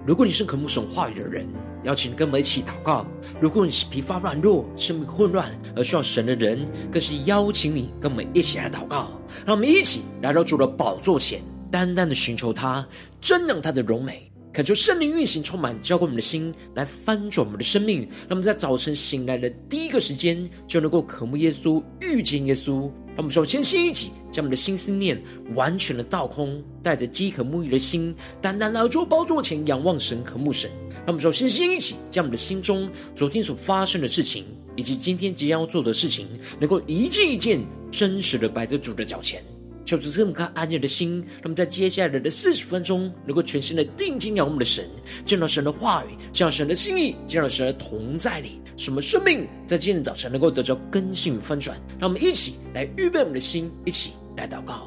如果你是渴慕神话语的人，邀请你跟我们一起祷告。如果你是疲乏软弱、生命混乱而需要神的人，更是邀请你跟我们一起来祷告。让我们一起来到主的宝座前，单单的寻求他，瞻仰他的荣美，恳求圣灵运行充满，浇灌我们的心，来翻转我们的生命。让我们在早晨醒来的第一个时间，就能够渴慕耶稣，遇见耶稣。让我们首先先一起将我们的心思念完全的倒空，带着饥渴沐浴的心，单单来到宝座前仰望神，渴慕神。让我们首先先一起将我们的心中昨天所发生的事情，以及今天即将要做的事情，能够一件一件真实的摆在主的脚前。求主这么颗安静的心，让我们在接下来的40分钟，能够全心的定睛仰望我们的神，见到神的话语，见到神的心意，见到神的同在里，使我们生命在今天早晨能够得到更新与翻转。让我们一起来预备我们的心，一起来祷告。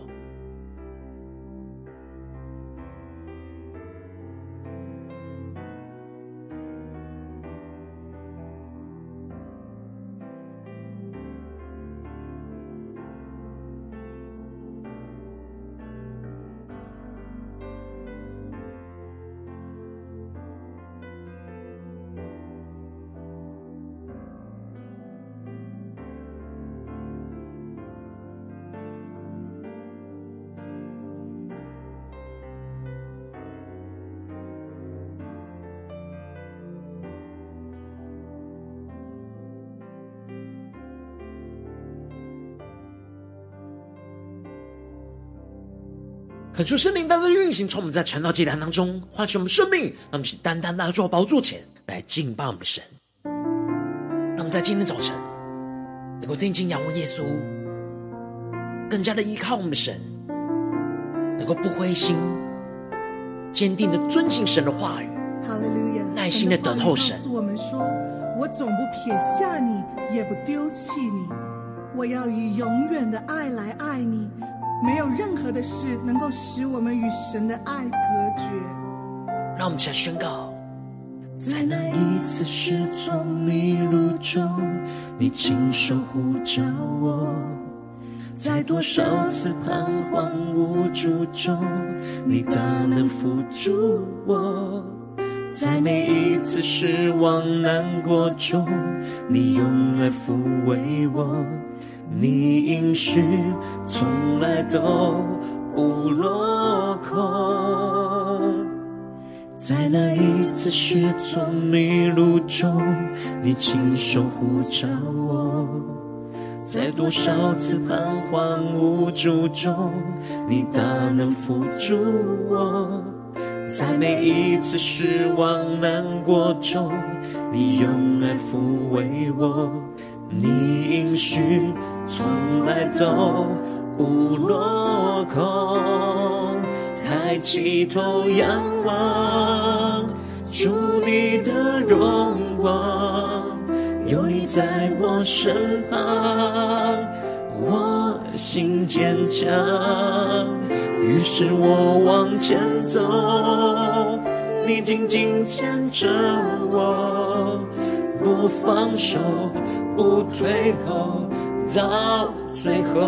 恳求圣灵单单的运行，从我们在晨祷祭坛当中唤醒我们生命，让我们是单单来到宝座前来敬拜我们的神。让我们在今天早晨能够定睛仰望耶稣，更加的依靠我们的神，能够不灰心，坚定的遵行神的话语，耐心的等候神。 告诉我们说，我总不撇下你，也不丢弃你，我要以永远的爱来爱你。没有任何的事能够使我们与神的爱隔绝。 让我们一起来宣告， 在那一次失踪迷路中，你亲手呼召我；在多少次彷徨无助中，你大能扶助我；在每一次失望难过中，你用爱抚慰我。你应许从来都不落空，在那一次失踪迷路中，你亲手呼召我；在多少次彷徨无助中，你大能扶助我；在每一次失望难过中，你用爱抚慰我。你应许从来都不落空，抬起头仰望主你的荣光，有你在我身旁，我心坚强，于是我往前走，你紧紧牵着我，不放手不退后，到最后。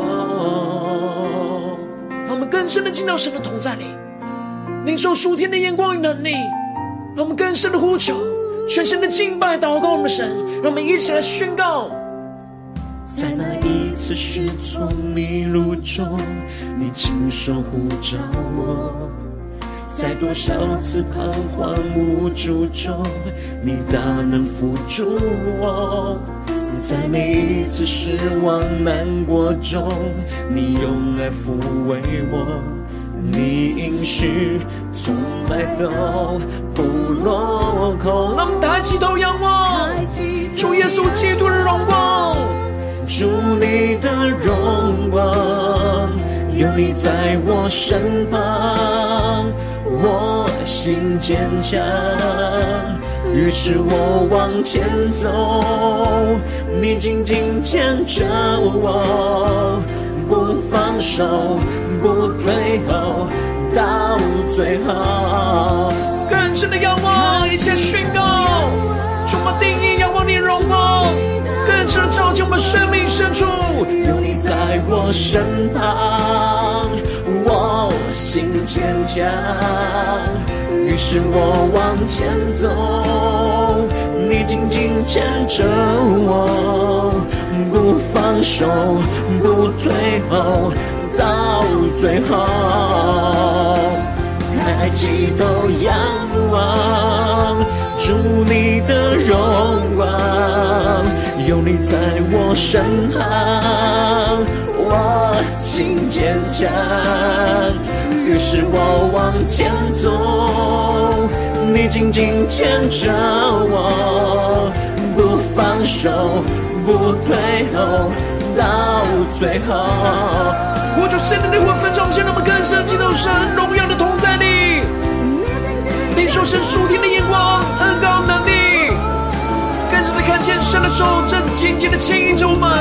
让我们更深的进到神的同在里，领受属天的眼光与能力。让我们更深的呼求，全身的敬拜祷告我们的神。让我们一起来宣告， 在那一次失踪迷路中，你亲手呼召我；在多少次彷徨无助中，你大能扶助我；在每一次失望难过中，你用爱抚慰我。你应许从来都不落空。 让我们抬起头仰望主耶稣基督的荣光， 主你的荣光，有你在我身旁，我心坚强，于是我往前走，你紧紧牵着我，不放手不退后，到最后。 更深的仰望，一切宣告，充满定义仰望你荣光，更深的照进我们生命深处。 有你在我身旁，我心坚强，于于是我往前走，你紧紧牵着我，不放手，不退后，到最后。抬起头仰望，主你的荣光，有你在我身旁，我心坚强。于是我往前走，你紧紧牵着我，不放手，不退后，到最后。 呼求圣灵的灵魂焚烧，让我们更深进入神荣耀的同在里，领受神属天的眼光、恩膏能力，更深的看见神的手正紧紧的牵引着我们。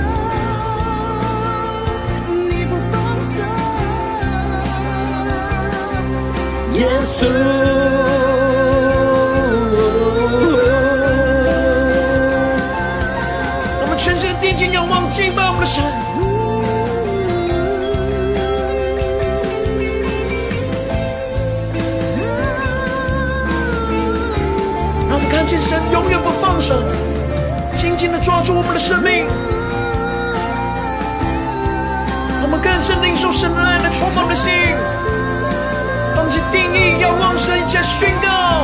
耶稣， 我们全心定睛仰望敬拜我们的神。看见神永远不放手，紧紧地抓住我们的生命，我们更深领受神的爱来充满我们的心。放弃定义，要往神一起来宣告。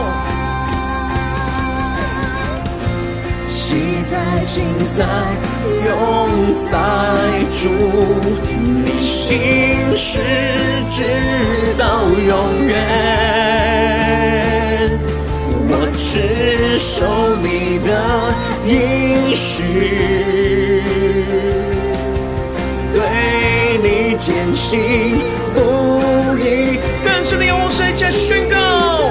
喜在、今在、永在主，你心事直到永远。我持守你的应许，对你坚信不疑。 更深的仰望神，一起来宣告。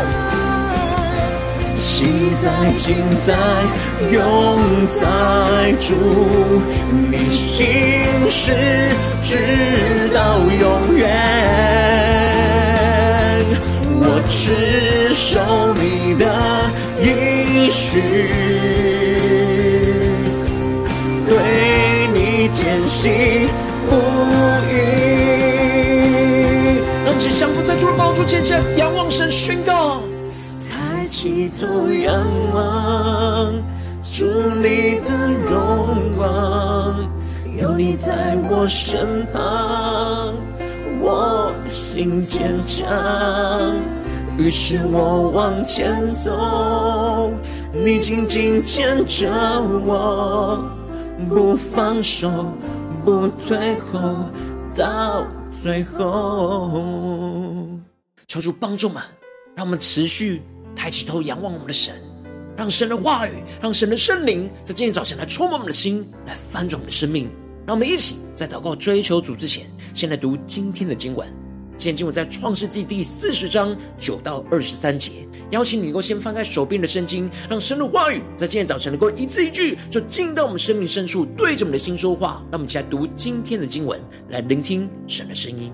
喜在、今在、永在主，你心事直到永远。我持守你的应许，对你坚信不疑。 让我们一起降服在主的宝座前，仰望神宣告。 抬起头仰望，主你的荣光，有你在我身旁，我心坚强。于是我往前走，你紧紧牵着我，不放手，不退后，到最后。 求主帮助们，让我们持续抬起头仰望我们的神，让神的话语，让神的圣灵在今天早晨来充满我们的心，来翻转我们的生命。让我们一起在祷告追求主之前，先来读今天的经文。今天经文在创世纪第40章9到23节。邀请你能够先翻开手边的圣经，让神的话语在今天早晨能够一字一句就进到我们生命深处，对着我们的心说话。让我们一起来读今天的经文，来聆听神的声音。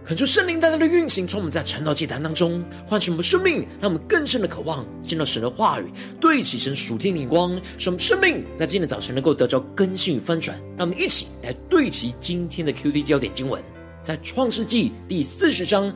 恳求圣灵大大的运行，从我们在晨祷祭坛当中唤醒我们生命，让我们更深的渴望见到神的话语，对齐神属天灵光，使我们生命在今天的早晨能够得到更新与翻转。让我们一起来对齐今天的 QD 焦点经文，在创世纪第40章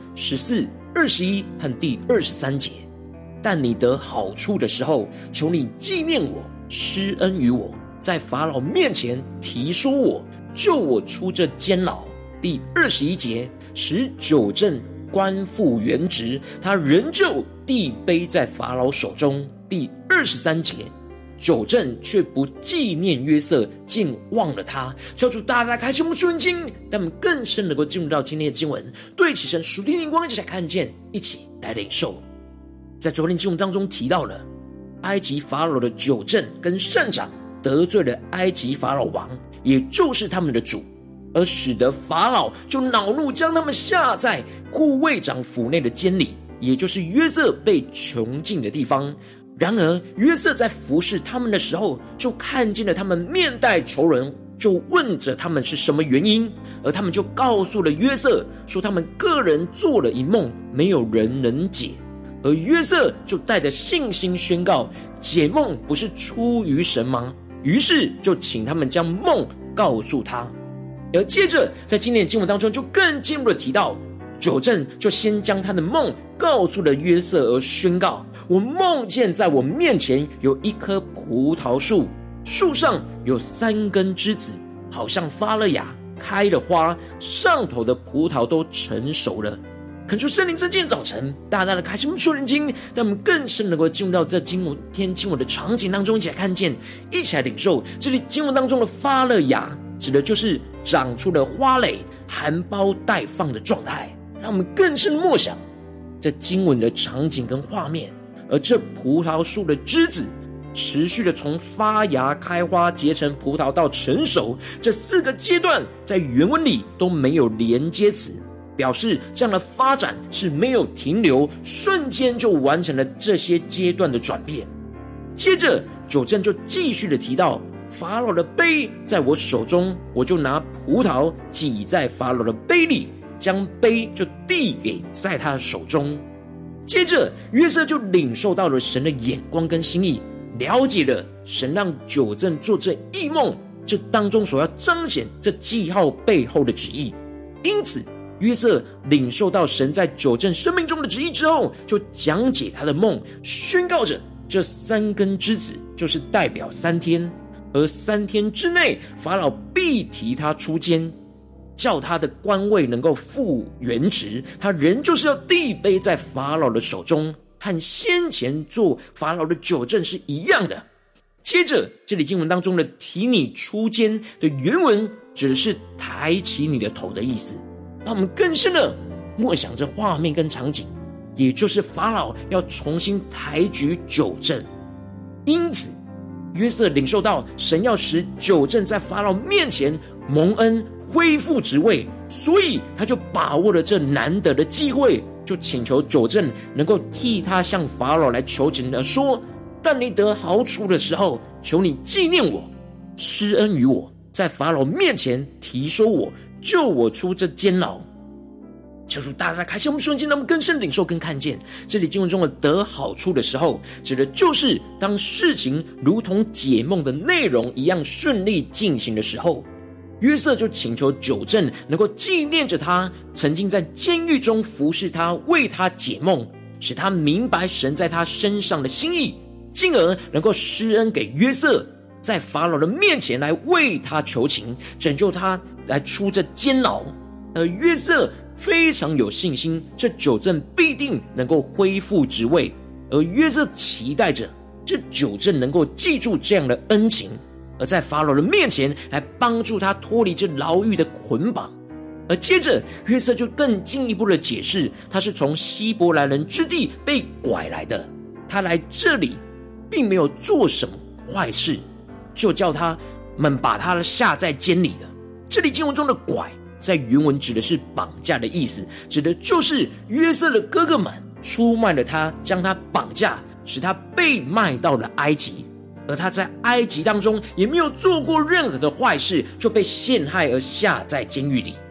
14、21和第23节。但你得好处的时候，求你纪念我，施恩于我，在法老面前提说我，救我出这监牢。第21节，使九正官复原职，他仍旧递杯在法老手中。第23节，九正却不纪念约瑟，竟忘了他。求主大大开启我们属灵经，让我们更深能够进入到今天的经文，对齐神属天灵光，一起来看见，一起来领受。在昨天经文当中提到了埃及法老的九正跟省长得罪了埃及法老王，也就是他们的主，而使得法老就恼怒，将他们下在护卫长府内的监里，也就是约瑟被囚禁的地方。然而约瑟在服侍他们的时候，就看见了他们面带愁容，就问着他们是什么原因，而他们就告诉了约瑟说，他们个人做了一梦，没有人能解。而约瑟就带着信心宣告，解梦不是出于神吗？于是就请他们将梦告诉他。而接着在今天的经文当中，就更进一步的提到，九正就先将他的梦告诉了约瑟，而宣告，我梦见在我面前有一棵葡萄树，树上有3根枝子，好像发了芽，开了花，上头的葡萄都成熟了。恳求圣灵在今天早晨大大的开启我们属灵经，让我们更深能够进入到这今天经文的场景当中，一起来看见，一起来领受。这里经文当中的发了芽，指的就是长出了花蕾，含苞待放的状态。让我们更深默想这经文的场景跟画面。而这葡萄树的枝子持续的从发芽、开花、结成葡萄到成熟，这4个阶段在原文里都没有连接词，表示这样的发展是没有停留，瞬间就完成了这些阶段的转变。接着九正就继续的提到，法老的杯在我手中，我就拿葡萄挤在法老的杯里，将杯就递给在他的手中。接着约瑟就领受到了神的眼光跟心意，了解了神让九正做这异梦，这当中所要彰显这记号背后的旨意。因此约瑟领受到神在九正生命中的旨意之后，就讲解他的梦，宣告着这3根枝子就是代表3天，而3天之内法老必提他出监，叫他的官位能够复原职。他仍旧是要递杯在法老的手中，和先前做法老的九正是一样的。接着这里经文当中的提你出监的原文指的是抬起你的头的意思。让我们更深的默想这画面跟场景，也就是法老要重新抬举九正。因此约瑟领受到神要使九正在法老面前蒙恩恢复职位，所以他就把握了这难得的机会，就请求九正能够替他向法老来求情的说，但你得好处的时候，求你纪念我，施恩于我，在法老面前提说我，救我出这监牢。求主大大开启我们瞬间，让我们更深领受跟看见，这里经文中的得好处的时候，指的就是当事情如同解梦的内容一样顺利进行的时候，约瑟就请求九正能够纪念着他曾经在监狱中服侍他，为他解梦，使他明白神在他身上的心意，进而能够施恩给约瑟，在法老的面前来为他求情，拯救他来出这监牢。而约瑟非常有信心，这九正必定能够恢复职位，而约瑟期待着这九正能够记住这样的恩情，而在法老的面前来帮助他脱离这牢狱的捆绑。而接着约瑟就更进一步的解释，他是从希伯来人之地被拐来的，他来这里并没有做什么坏事，就叫他们把他下在监里了。这里经文中的拐在原文指的是绑架的意思，指的就是约瑟的哥哥们出卖了他，将他绑架，使他被卖到了埃及。而他在埃及当中也没有做过任何的坏事，就被陷害而下在监狱里。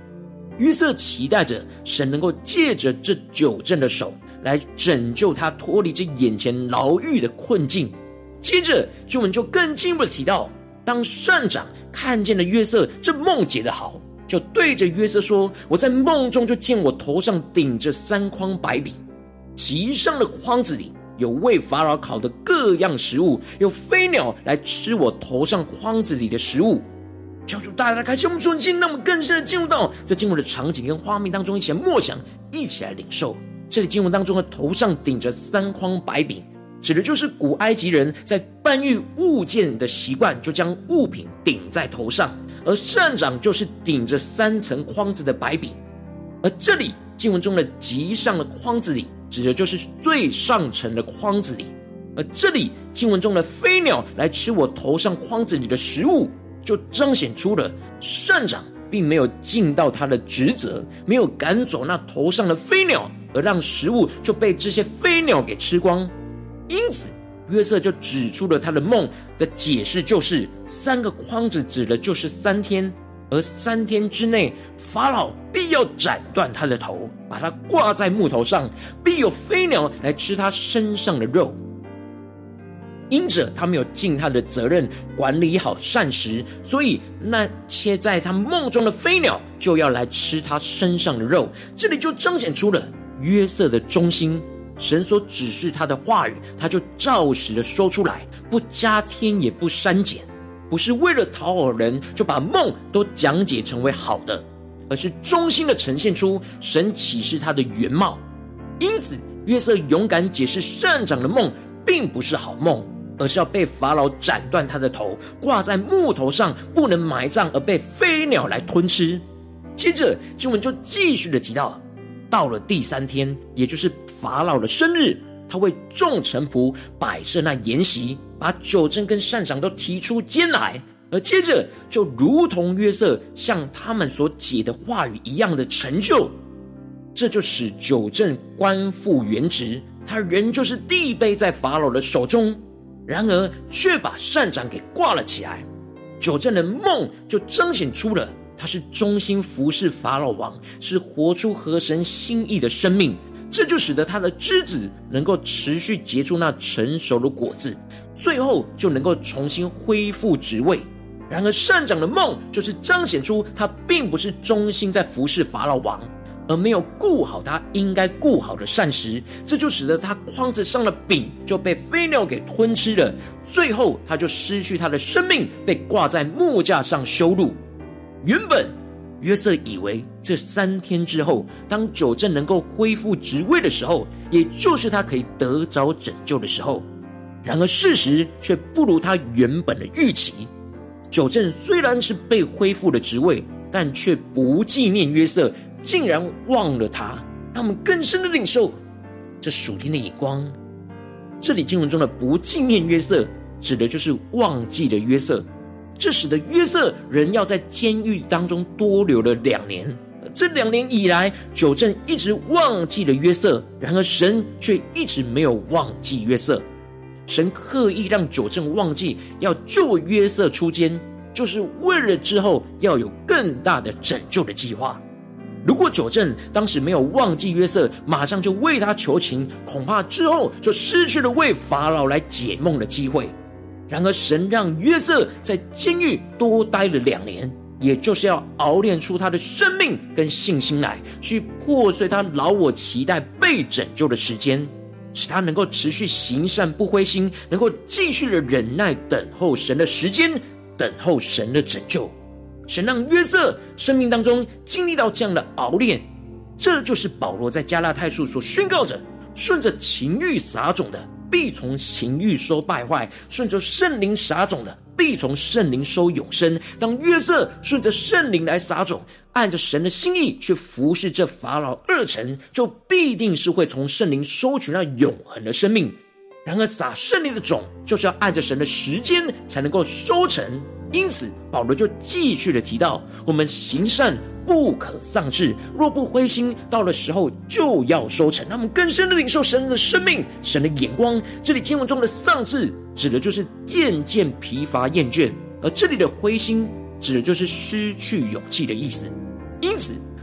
约瑟期待着神能够借着这九正的手来拯救他脱离这眼前牢狱的困境。接着经文就更进一步的提到，当膳长看见了约瑟这梦解得好，就对着约瑟说，我在梦中就见我头上顶着3筐白饼，其上的筐子里有为法老烤的各样食物，有飞鸟来吃我头上筐子里的食物。求主大家开启我们顺心，让我们更深的进入到这经文的场景跟画面当中，一起来默想，一起来领受。这里经文当中的头上顶着3筐白饼，指的就是古埃及人在搬运物件的习惯，就将物品顶在头上，而膳长就是顶着3层筐子的白饼。而这里经文中的极上的筐子里，指的就是最上层的筐子里。而这里经文中的飞鸟来吃我头上筐子里的食物，就彰显出了膳长并没有尽到他的职责，没有赶走那头上的飞鸟，而让食物就被这些飞鸟给吃光。因此约瑟就指出了他的梦的解释，就是3个筐子指的就是3天，而3天之内法老必要斩断他的头，把他挂在木头上，必有飞鸟来吃他身上的肉。因着他没有尽他的责任管理好膳食，所以那些在他梦中的飞鸟就要来吃他身上的肉。这里就彰显出了约瑟的忠心，神所指示他的话语，他就照实的说出来，不加添也不删减，不是为了讨好人就把梦都讲解成为好的，而是忠心的呈现出神启示他的原貌。因此约瑟勇敢解释膳长的梦并不是好梦，而是要被法老斩断他的头，挂在木头上，不能埋葬，而被飞鸟来吞吃。接着经文就继续的提到，到了第3天，也就是法老的生日，他为众臣仆摆设那筵席，把九正跟膳长都提出监来，而接着就如同约瑟向他们所解的话语一样的成就。这就使九正官复原职，他仍旧是地杯在法老的手中，然而却把膳长给挂了起来。九正的梦就彰显出了他是忠心服侍法老王，是活出合神心意的生命，这就使得他的枝子能够持续结出那成熟的果子，最后就能够重新恢复职位。然而膳长的梦就是彰显出他并不是忠心在服侍法老王，而没有顾好他应该顾好的膳食，这就使得他筐子上的饼就被飞鸟给吞吃了，最后他就失去他的生命，被挂在木架上羞辱。原本约瑟以为这3天之后，当九正能够恢复职位的时候，也就是他可以得着拯救的时候，然而事实却不如他原本的预期。九正虽然是被恢复了职位，但却不纪念约瑟，竟然忘了他，让我们更深的领受这属天的眼光。这里经文中的不纪念约瑟，指的就是忘记了约瑟，这使得约瑟人要在监狱当中多留了2年。这2年以来，九正一直忘记了约瑟，然而神却一直没有忘记约瑟。神刻意让九正忘记要救约瑟出监，就是为了之后要有更大的拯救的计划。如果九正当时没有忘记约瑟，马上就为他求情，恐怕之后就失去了为法老来解梦的机会。然而神让约瑟在监狱多待了2年，也就是要熬炼出他的生命跟信心来，去破碎他老我期待被拯救的时间，使他能够持续行善不灰心，能够继续的忍耐等候神的时间，等候神的拯救。神让约瑟生命当中经历到这样的熬炼，这就是保罗在加拉太书所宣告着，顺着情欲撒种的必从情欲收败坏，顺着圣灵撒种的必从圣灵收永生。当约瑟顺着圣灵来撒种，按着神的心意去服侍这法老2城，就必定是会从圣灵收取那永恒的生命。然而撒圣灵的种，就是要按着神的时间才能够收成。因此保罗就继续的提到，我们行善不可丧志，若不灰心，到了时候就要收成。让我们更深的领受神的生命，神的眼光。这里经文中的丧志指的就是渐渐疲乏厌倦，而这里的灰心指的就是失去勇气的意思。因此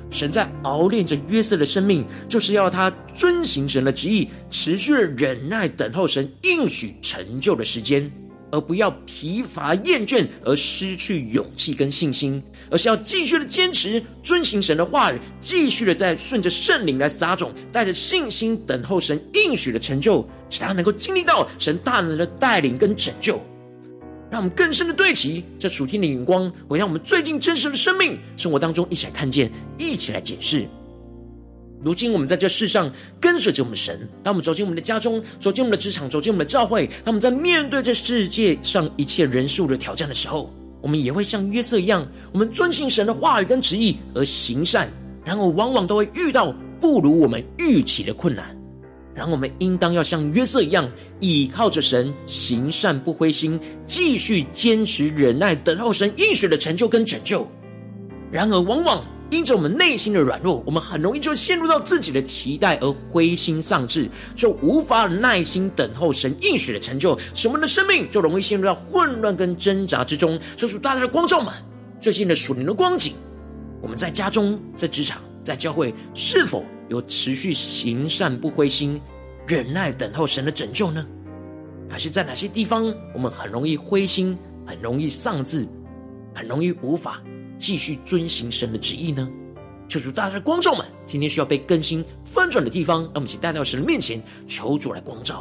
神在熬炼着约瑟的生命，就是要他遵行神的旨意，持续的忍耐等候神应许成就的时间，而不要疲乏厌倦而失去勇气跟信心，而是要继续的坚持遵行神的话语，继续的在顺着圣灵来撒种，带着信心等候神应许的成就，使他能够经历到神大能的带领跟拯救。让我们更深的对齐这属天的眼光，回到我们最近真实的生命生活当中，一起来看见，一起来检视。如今我们在这世上跟随着我们的神，当我们走进我们的家中，走进我们的职场，走进我们的教会，当我们在面对这世界上一切人数的挑战的时候，我们也会像约瑟一样，我们遵行神的话语跟旨意而行善，然而往往都会遇到不如我们预期的困难。然后我们应当要像约瑟一样，倚靠着神行善不灰心，继续坚持忍耐等候神应许的成就跟拯救。然而往往因着我们内心的软弱，我们很容易就陷入到自己的期待而灰心丧志，就无法耐心等候神应许的成就，使我们的生命就容易陷入到混乱跟挣扎之中。所以说大家的光照们，最近的属灵的光景，我们在家中、在职场、在教会，是否有持续行善不灰心，忍耐等候神的拯救呢？还是在哪些地方我们很容易灰心，很容易丧志，很容易无法继续遵行神的旨意呢？求主大家的光照们，今天需要被更新翻转的地方，让我们一起带到神的面前，求主来光照。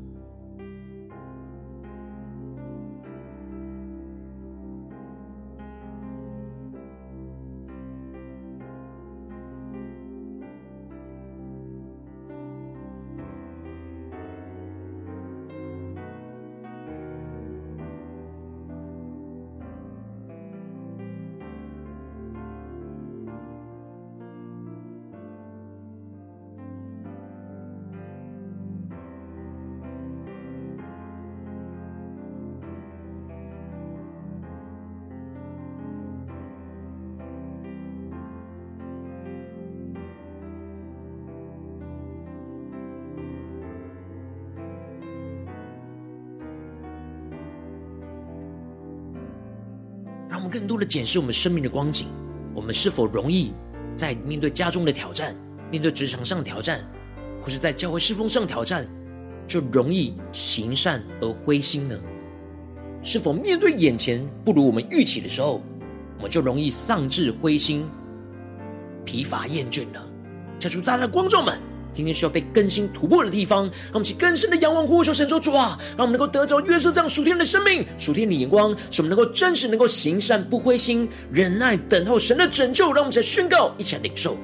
让我们更多的检视我们生命的光景，我们是否容易在面对家中的挑战，面对职场上的挑战，或是在教会侍奉上的挑战，就容易行善而灰心呢？是否面对眼前不如我们预期的时候，我们就容易丧志灰心，疲乏厌倦呢？求主大家的光照们，今天需要被更新突破的地方，让我们起更深的仰望呼求神说，主啊，让我们能够得着约瑟这样属天的生命，属天的眼光，使我们能够真实能够行善不灰心，忍耐等候神的拯救。让我们再宣告，一起来领受。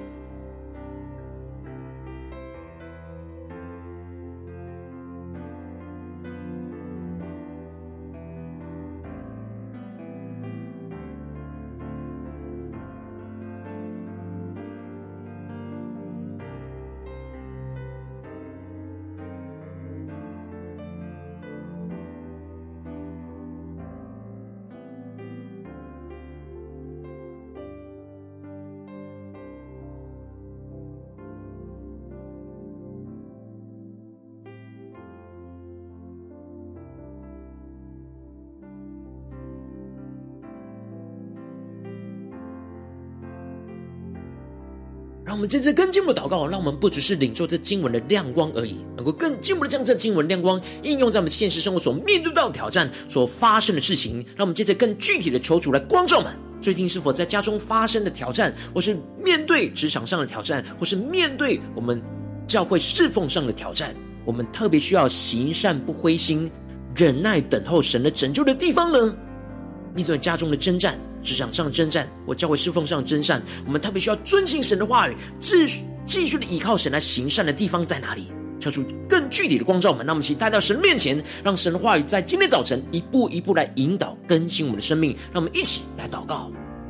让我们接着更进一步的祷告，让我们不只是领受这经文的亮光而已，能够更进一步的将这经文亮光应用在我们现实生活所面对到的挑战所发生的事情。让我们接着更具体的求主来光照们，最近是否在家中发生的挑战，或是面对职场上的挑战，或是面对我们教会侍奉上的挑战，我们特别需要行善不灰心，忍耐等候神的拯救的地方呢？面对家中的征战，职场上的征战，或教会侍奉上的征战，我们特别需要遵行神的话语，继续的依靠神来行善的地方在哪里？求出更具体的光照们，让我们一起带到神面前，让神的话语在今天早晨一步一步来引导更新我们的生命。让我们一起来祷告。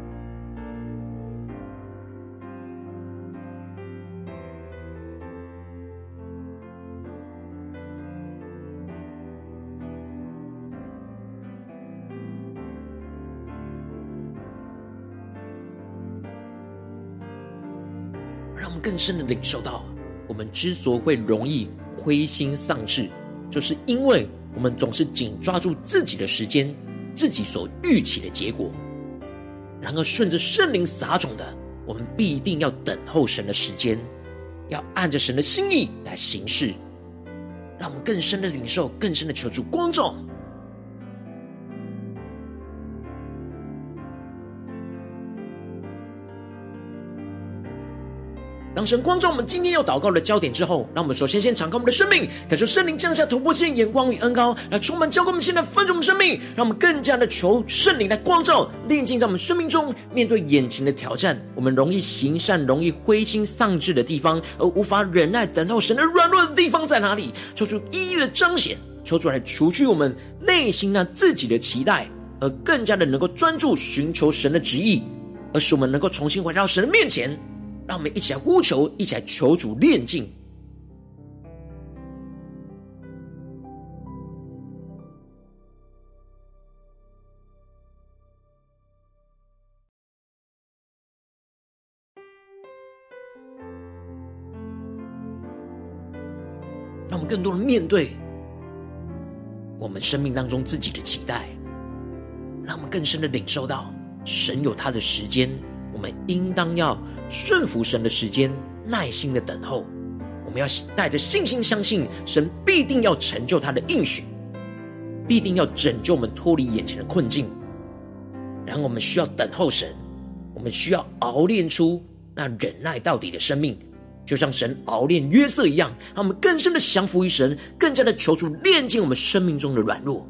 让我们更深的领受到，我们之所以会容易灰心丧志，就是因为我们总是紧抓住自己的时间，自己所预期的结果。然而顺着圣灵撒种的，我我们必定要等候神的时间，要按着神的心意来行事，让我们更深的领受，更深的求主光照。当神光照我们今天要祷告的焦点之后，让我们首先敞开我们的生命，感受圣灵降下突破性眼光与恩膏，来充满浇灌我们现在分盛我们生命，让我们更加的求圣灵来光照炼净在我们生命中。面对眼前的挑战，我们容易行善容易灰心丧志的地方，而无法忍耐等候神的软弱的地方在哪里？求主一一的彰显，求主来除去我们内心那自己的期待，而更加的能够专注寻求神的旨意，而使我们能够重新回到神的面前。让我们一起来呼求，一起来求主炼净。让我们更多的面对我们生命当中自己的期待，让我们更深的领受到神有他的时间，我们应当要顺服神的时间，耐心的等候。我们要带着信心相信神必定要成就他的应许，必定要拯救我们脱离眼前的困境。然后我们需要等候神，我们需要熬炼出那忍耐到底的生命，就像神熬炼约瑟一样，让我们更深的降服于神，更加的求主炼净我们生命中的软弱。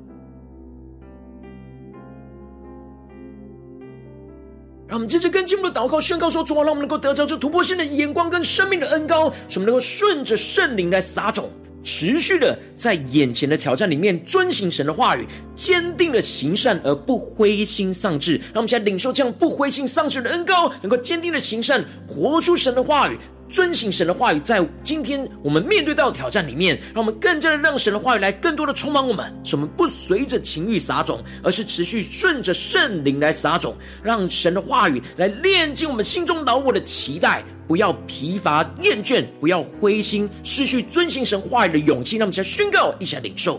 让我们接着更进一步的祷告宣告说，主啊，让我们能够得着这突破性的眼光跟生命的恩膏，使我们能够顺着圣灵来撒种，持续的在眼前的挑战里面遵行神的话语，坚定的行善而不灰心丧志。让我们现在领受这样不灰心丧志的恩膏，能够坚定的行善，活出神的话语，遵行神的话语，在今天我们面对到的挑战里面，让我们更加的让神的话语来更多的充满我们，使我们不随着情欲撒种，而是持续顺着圣灵来撒种，让神的话语来炼净我们心中老我的期待，不要疲乏厌倦，不要灰心，失去遵行神话语的勇气。让我们一起来宣告，一起来领受。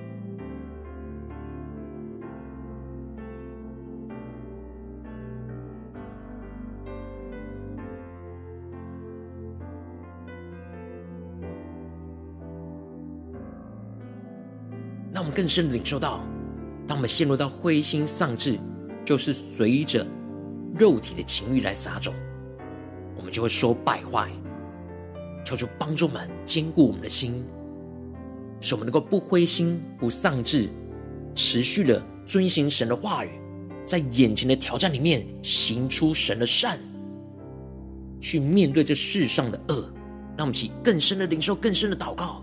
让我们更深的领受到，当我们陷入到灰心丧志，就是随着肉体的情欲来撒种，我们就会受败坏。求主帮助我们坚固我们的心，使我们能够不灰心不丧志，持续的遵行神的话语，在眼前的挑战里面行出神的善，去面对这世上的恶。让我们一起更深的领受，更深的祷告。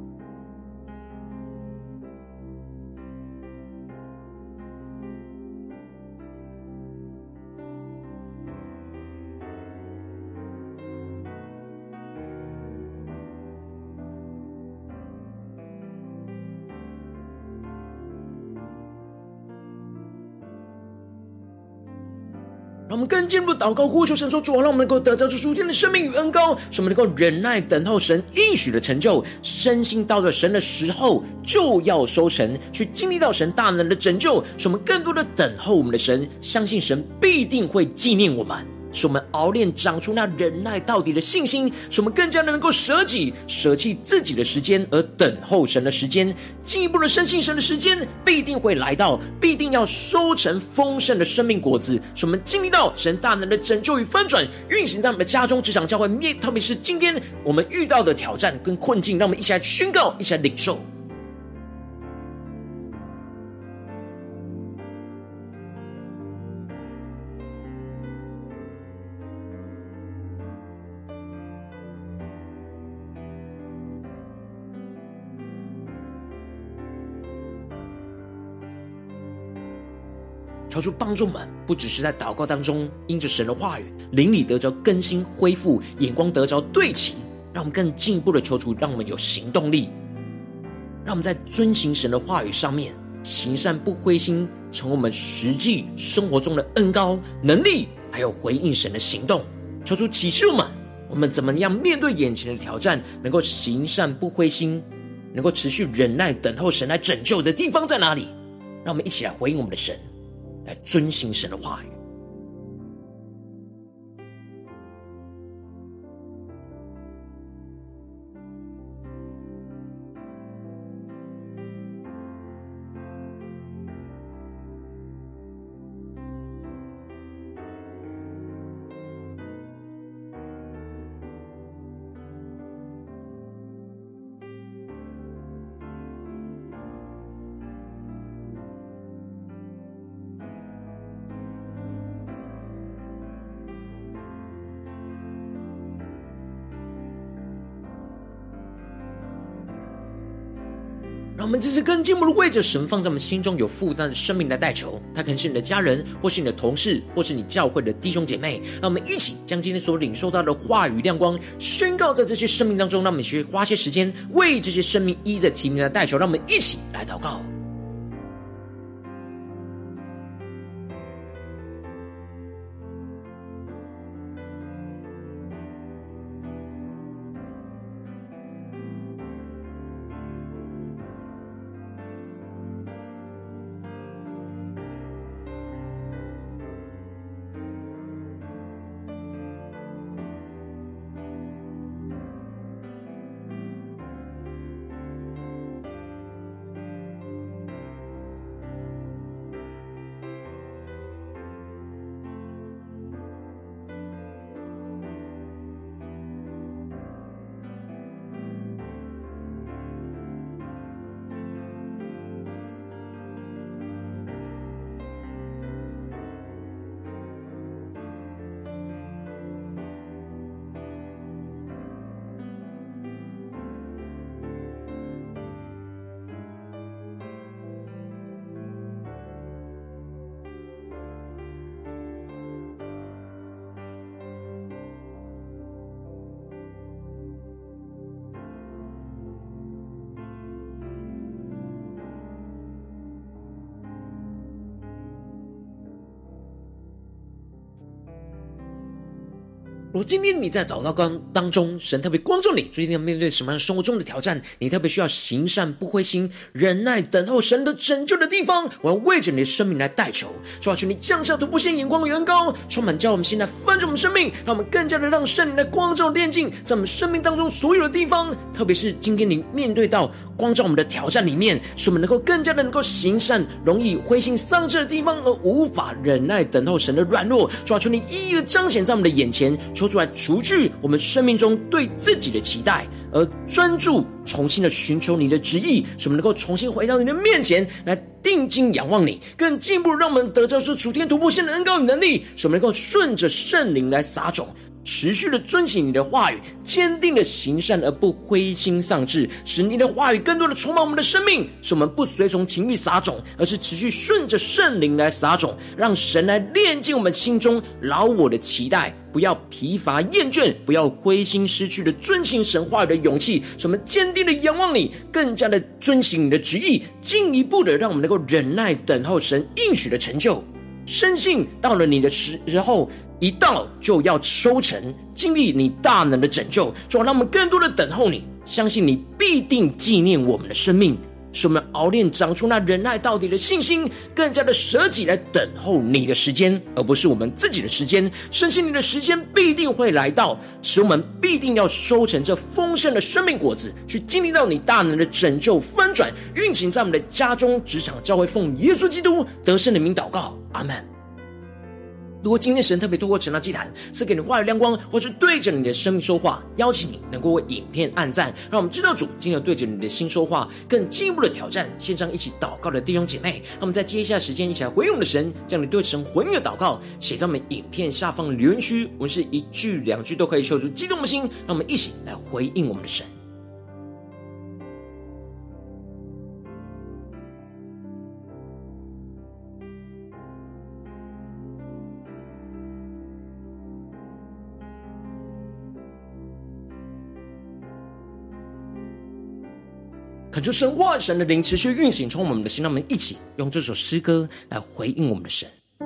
让我们更进一步祷告呼求神说，主啊，让我们能够得着这属天的生命与恩膏，使我们能够忍耐等候神应许的成就，深信到了神的时候就要收成，去经历到神大能的拯救，使我们更多的等候我们的神，相信神必定会纪念我们，使我们熬炼长出那忍耐到底的信心，使我们更加的能够舍弃自己的时间，而等候神的时间，进一步的深信神的时间必定会来到，必定要收成丰盛的生命果子，使我们经历到神大能的拯救与翻转，运行在我们的家中、职场、教会，特别是今天我们遇到的挑战跟困境，让我们一起来宣告，一起来领受。求主帮助我们，不只是在祷告当中因着神的话语灵里得着更新恢复，眼光得着对齐，让我们更进一步的求主让我们有行动力，让我们在遵行神的话语上面行善不灰心，成为我们实际生活中的恩膏能力，还有回应神的行动。求主启示我们怎么样面对眼前的挑战，能够行善不灰心，能够持续忍耐等候神来拯救的地方在哪里？让我们一起来回应我们的神，来遵行神的话语。 让我们这次更进一步的为着神放在我们心中有负担的生命来代求。他可能是你的家人，或是你的同事，或是你教会的弟兄姐妹。让我们一起将今天所领受到的话语亮光宣告在这些生命当中。让我们去花些时间为这些生命一的提名来代求。让我们一起来祷告。如果今天你在祷告当中，神特别光照你，最近要面对什么样生活中的挑战，你特别需要行善不灰心，忍耐等候神的拯救的地方，我要为着你的生命来代求。主要求你降下突破性眼光远高，充满叫我们心来翻转我们生命，让我们更加的让圣灵来光照炼净在我们生命当中所有的地方。特别是今天你面对到光照我们的挑战里面，使我们能够更加的能够行善，容易灰心丧志的地方，而无法忍耐等候神的软弱。主要求你一一的彰显在我们的眼前，求主来除去我们生命中对自己的期待，而专注重新的寻求你的旨意，使我们能够重新回到你的面前来定睛仰望你，更进一步让我们得着这属天突破性的恩膏与能力，使我们能够顺着圣灵来撒种，持续的遵行你的话语，坚定的行善而不灰心丧志，使你的话语更多的充满我们的生命，使我们不随从情欲撒种，而是持续顺着圣灵来撒种，让神来炼净我们心中老我的期待，不要疲乏厌倦，不要灰心失去了遵行神话语的勇气，使我们坚定的仰望你，更加的遵行你的旨意，进一步的让我们能够忍耐等候神应许的成就，深信到了你的时候一到就要收成，经历你大能的拯救。主啊，让我们更多的等候你，相信你必定纪念我们的生命，使我们熬炼长出那忍耐到底的信心，更加的舍己来等候你的时间，而不是我们自己的时间。深信你的时间必定会来到，使我们必定要收成这丰盛的生命果子，去经历到你大能的拯救翻转，运行在我们的家中、职场、教会，奉耶稣基督得胜的名祷告，阿们。如果今天神特别透过晨祷祭坛赐给你话语亮光，或是对着你的生命说话，邀请你能够为影片按赞，让我们知道主今天对着你的心说话，更进一步的挑战线上一起祷告的弟兄姐妹。让我们在接下来时间一起来回应我们的神，将你对神回应的祷告写在我们影片下方的留言区，无论是一句两句都可以，求主激动我们的心，让我们一起来回应我们的神。恳求神话神的灵持续运行充满我们的心，让我们一起用这首诗歌来回应我们的神，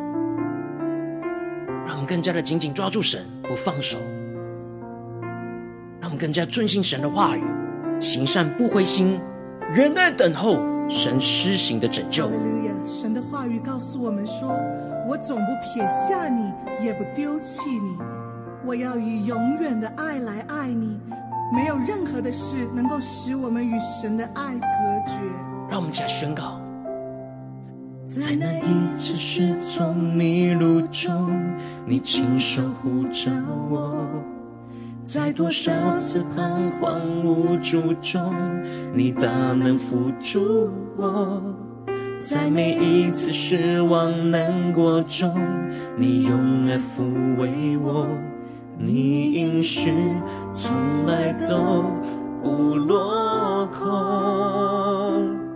让我们更加的紧紧抓住神不放手，让我们更加遵行神的话语，行善不灰心，忍耐等候神施行的拯救。 哈利路亚！神的话语告诉我们说，我总不撇下你，也不丢弃你，我要以永远的爱来爱你，没有任何的事能够使我们与神的爱隔绝。 让我们一起来宣告， 在那一次失踪迷路中，你亲手护着我；在多少次彷徨无助中，你大能扶住我；在每一次失望难过中，你用爱抚慰我。你应许从来都不落空。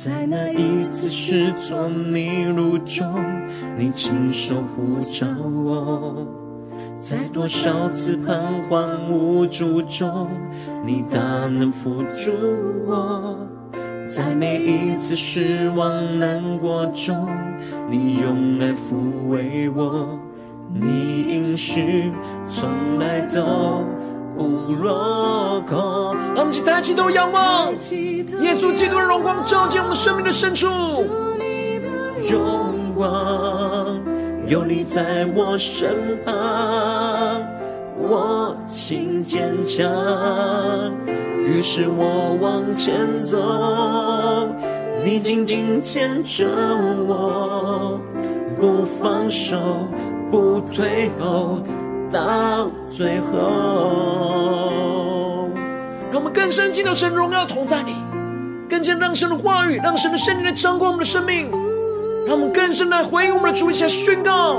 在那一次失踪迷路中，你亲手呼召我，在多少次彷徨无助中，你大能扶助我，在每一次失望难过中，你用爱抚慰我，你应许从来都不落空。 让我们一起抬起头仰望耶稣基督的荣光，照进我们生命的深处。 荣光有你在我身旁，我心坚强，于是我往前走，你紧紧牵着我，不放手，不退后，到最后。 让我们更深进到神荣耀同在里，更加让神的话语，让神的圣灵来掌管我们的生命，让我们更深的回应我们的主，一起来宣告。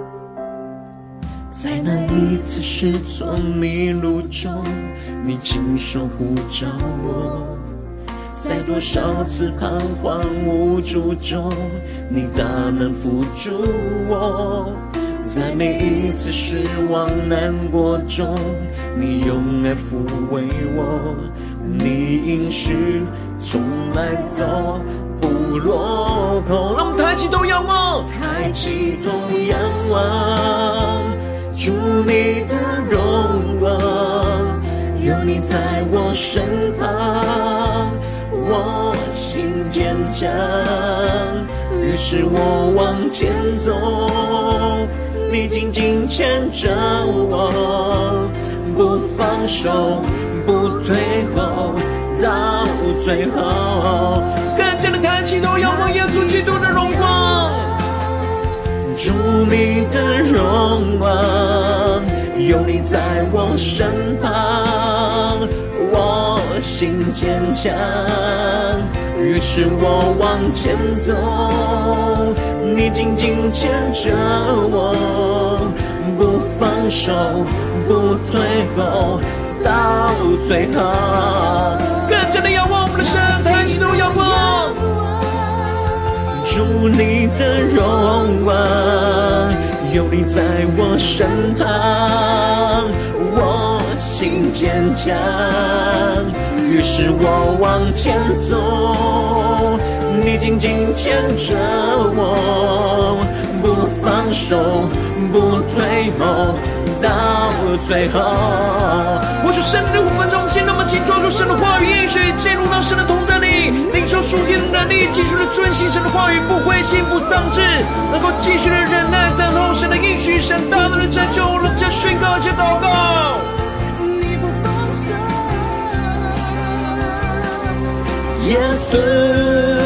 在那一次失踪迷路中，你亲手呼召我，在多少次彷徨无助中，你大能扶助我，在每一次失望难过中，你用爱抚慰我，你应许从来都不落空。 让我们抬起头仰望， 抬起头仰望，主你的荣光，有你在我身旁，我心坚强，于是我往前走，你紧紧牵着我，不放手，不退后，到最后。 更加的抬起头仰望耶稣基督的荣光， 主你的荣光，有你在我身旁，我心坚强，于是我往前走，你紧紧牵着我，不放手，不退后，到最后。 更加的仰望我们的神，抬起头仰望， 主你的荣光，有你在我身旁，我心坚强，于是我往前走，你紧紧牵着我，不放手，不退后，到最后。 我说神的5分钟，先那么紧抓住神的话语应许，进入到神的同在里，领受属天的能力，继续的遵行神的话语，不灰心不丧志，能够继续的忍耐等候神的应许，神大能的拯救，让这宣告且祷告。 耶稣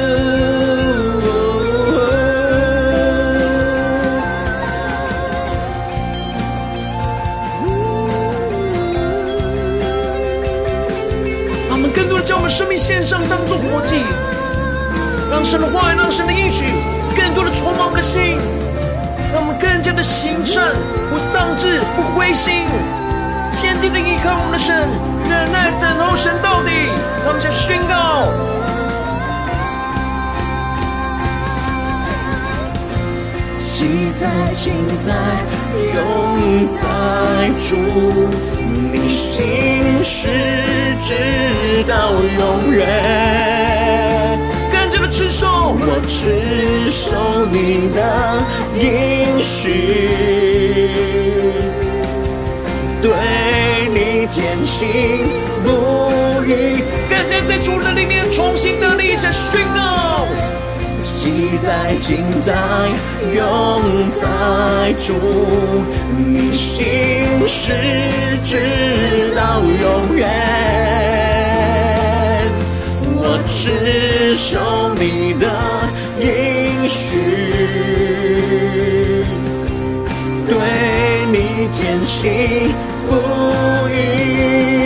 将我们生命献上，当作活祭，让神的话语，让神的应许更多的充满我们的心，让我们更加的行善，不丧志，不灰心，坚定的依靠我们的神，忍耐等候神到底。让我们再宣告： 喜在、今在、永在主，你心事直到永远。 更加的持守， 我持守你的应许，对你坚信不疑。 更加在主的里面重新得力，再宣告。 喜在、今在、永在主，你心事直到永远。我持守你的应许，对你坚信不疑。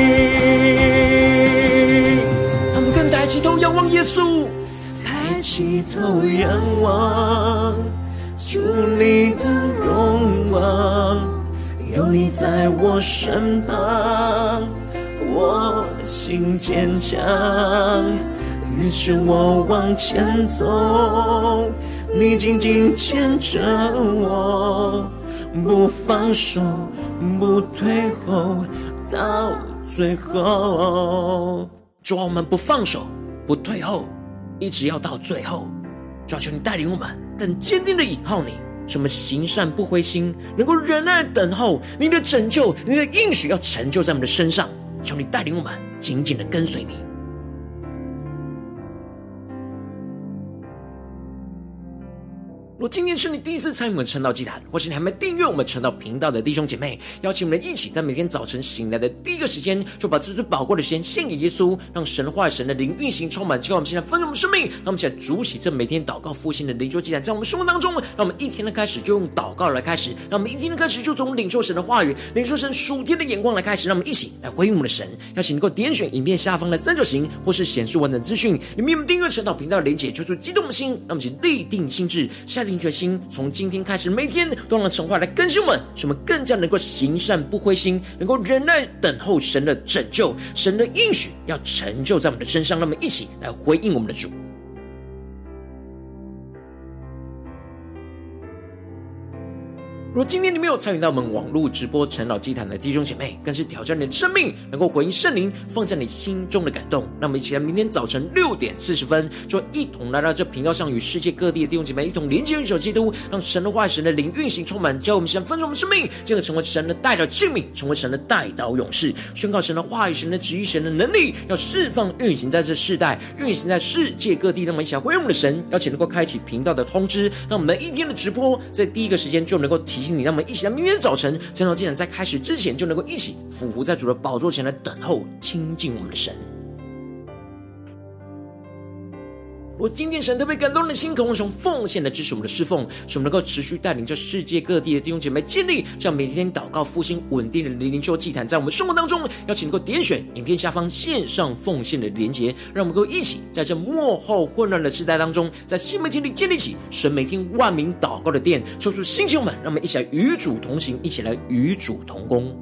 他们更抬起头仰望耶稣， 抬起头仰望，主你的荣光，有你在我身旁，我心坚强， 于是我往前走，你紧紧牵着我，不放手，不退后，到最后。 主啊，我们不放手，不退后，一直要到最后。主啊，求你带领我们更坚定的倚靠你，使我们行善不灰心，能够忍耐等候你的拯救，你的应许要成就在我们的身上。求你带领我们紧紧的跟随你。如果今天是你第一次参与我们晨祷祭坛，或是你还没订阅我们晨祷频道的弟兄姐妹，邀请我们一起在每天早晨醒来的第一个时间，就把最宝贵的时间献给耶稣，让神的话语、神的灵运行充满，教我们现在丰盛我们生命。让我们一起来主洗这每天祷告复兴的灵修祭坛，在我们生活当中，让我们一天的开始就用祷告来开始，让我们一天的开始就从领受神的话语、领受神属天的眼光来开始。让我们一起来回应我们的神。邀请能够点选影片下方的三角形，或是显示完整资讯里面有订阅晨祷频道的连结，求主激动的心，让我们一起立定心志，下定决心，从今天开始每天都让神话来更新我们，使我们更加能够行善不灰心，能够忍耐等候神的拯救，神的应许要成就在我们的身上。让我们一起来回应我们的主。如果今天你没有参与到我们网络直播晨祷祭坛的弟兄姐妹，更是挑战你的生命，能够回应圣灵放在你心中的感动。让我们一起来明天早晨6:40，就一同来到这频道上，与世界各地的弟兄姐妹一同连接与主基督，让神的话语、神的灵运行充满，教我们神丰盛我们生命，进而成为神的代表器皿，成为神的代祷勇士，宣告神的话语、神的旨意、神的能力，要释放运行在这世代，运行在世界各地。让我们一起来回应我们的神，邀请能够开启频道的通知，让我们一天的直播在第一个时间就能够提醒你，让我们一起来明天早晨晨祷祭坛在开始之前就能够一起俯伏在主的宝座前来等候亲近我们的神。如果今天神特别感动的心，渴望从奉献来支持我们的侍奉，使我们能够持续带领着世界各地的弟兄姐妹建立这样每天祷告复兴稳定的灵修祭坛，在我们生活当中，邀请能够点选影片下方线上奉献的连结，让我们能够一起在这末后混乱的时代当中，在新媒体里建立起神每天万名祷告的殿，抽出新球们，让我们一起来与主同行，一起来与主同工。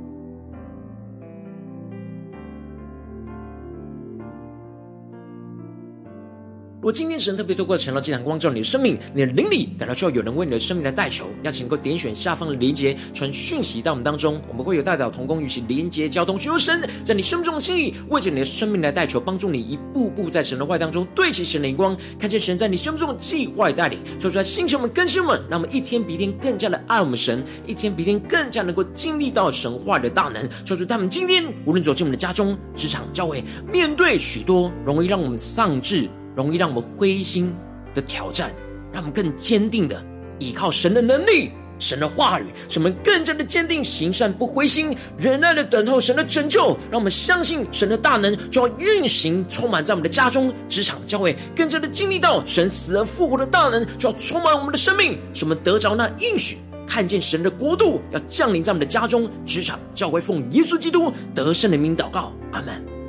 如果今天神特别透过晨祷祭坛光照你的生命，你的灵里感到需要有人为你的生命来代求，邀请能够点选下方的连结，传讯息到我们当中，我们会有代祷同工与其连结交通，寻求神在你生命中的心意，为着你的生命来代求，帮助你一步步在神的话当中对齐神的眼光，看见神在你生命中的计划带领，说出来星球们更新我们，让我们一天比一天更加的爱我们神，一天比一天更加能够经历到神话的大能，说出他们今天无论走进我们的家中、职场、教会，面对许多容易让我们丧志、容易让我们灰心的挑战，让我们更坚定的依靠神的能力、神的话语，使我们更加的坚定行善不灰心，忍耐的等候神的拯救，让我们相信神的大能就要运行充满在我们的家中、职场、教会，更加的经历到神死而复活的大能就要充满我们的生命，使我们得着那应许，看见神的国度要降临在我们的家中、职场、教会，奉耶稣基督得胜的名祷告，阿们。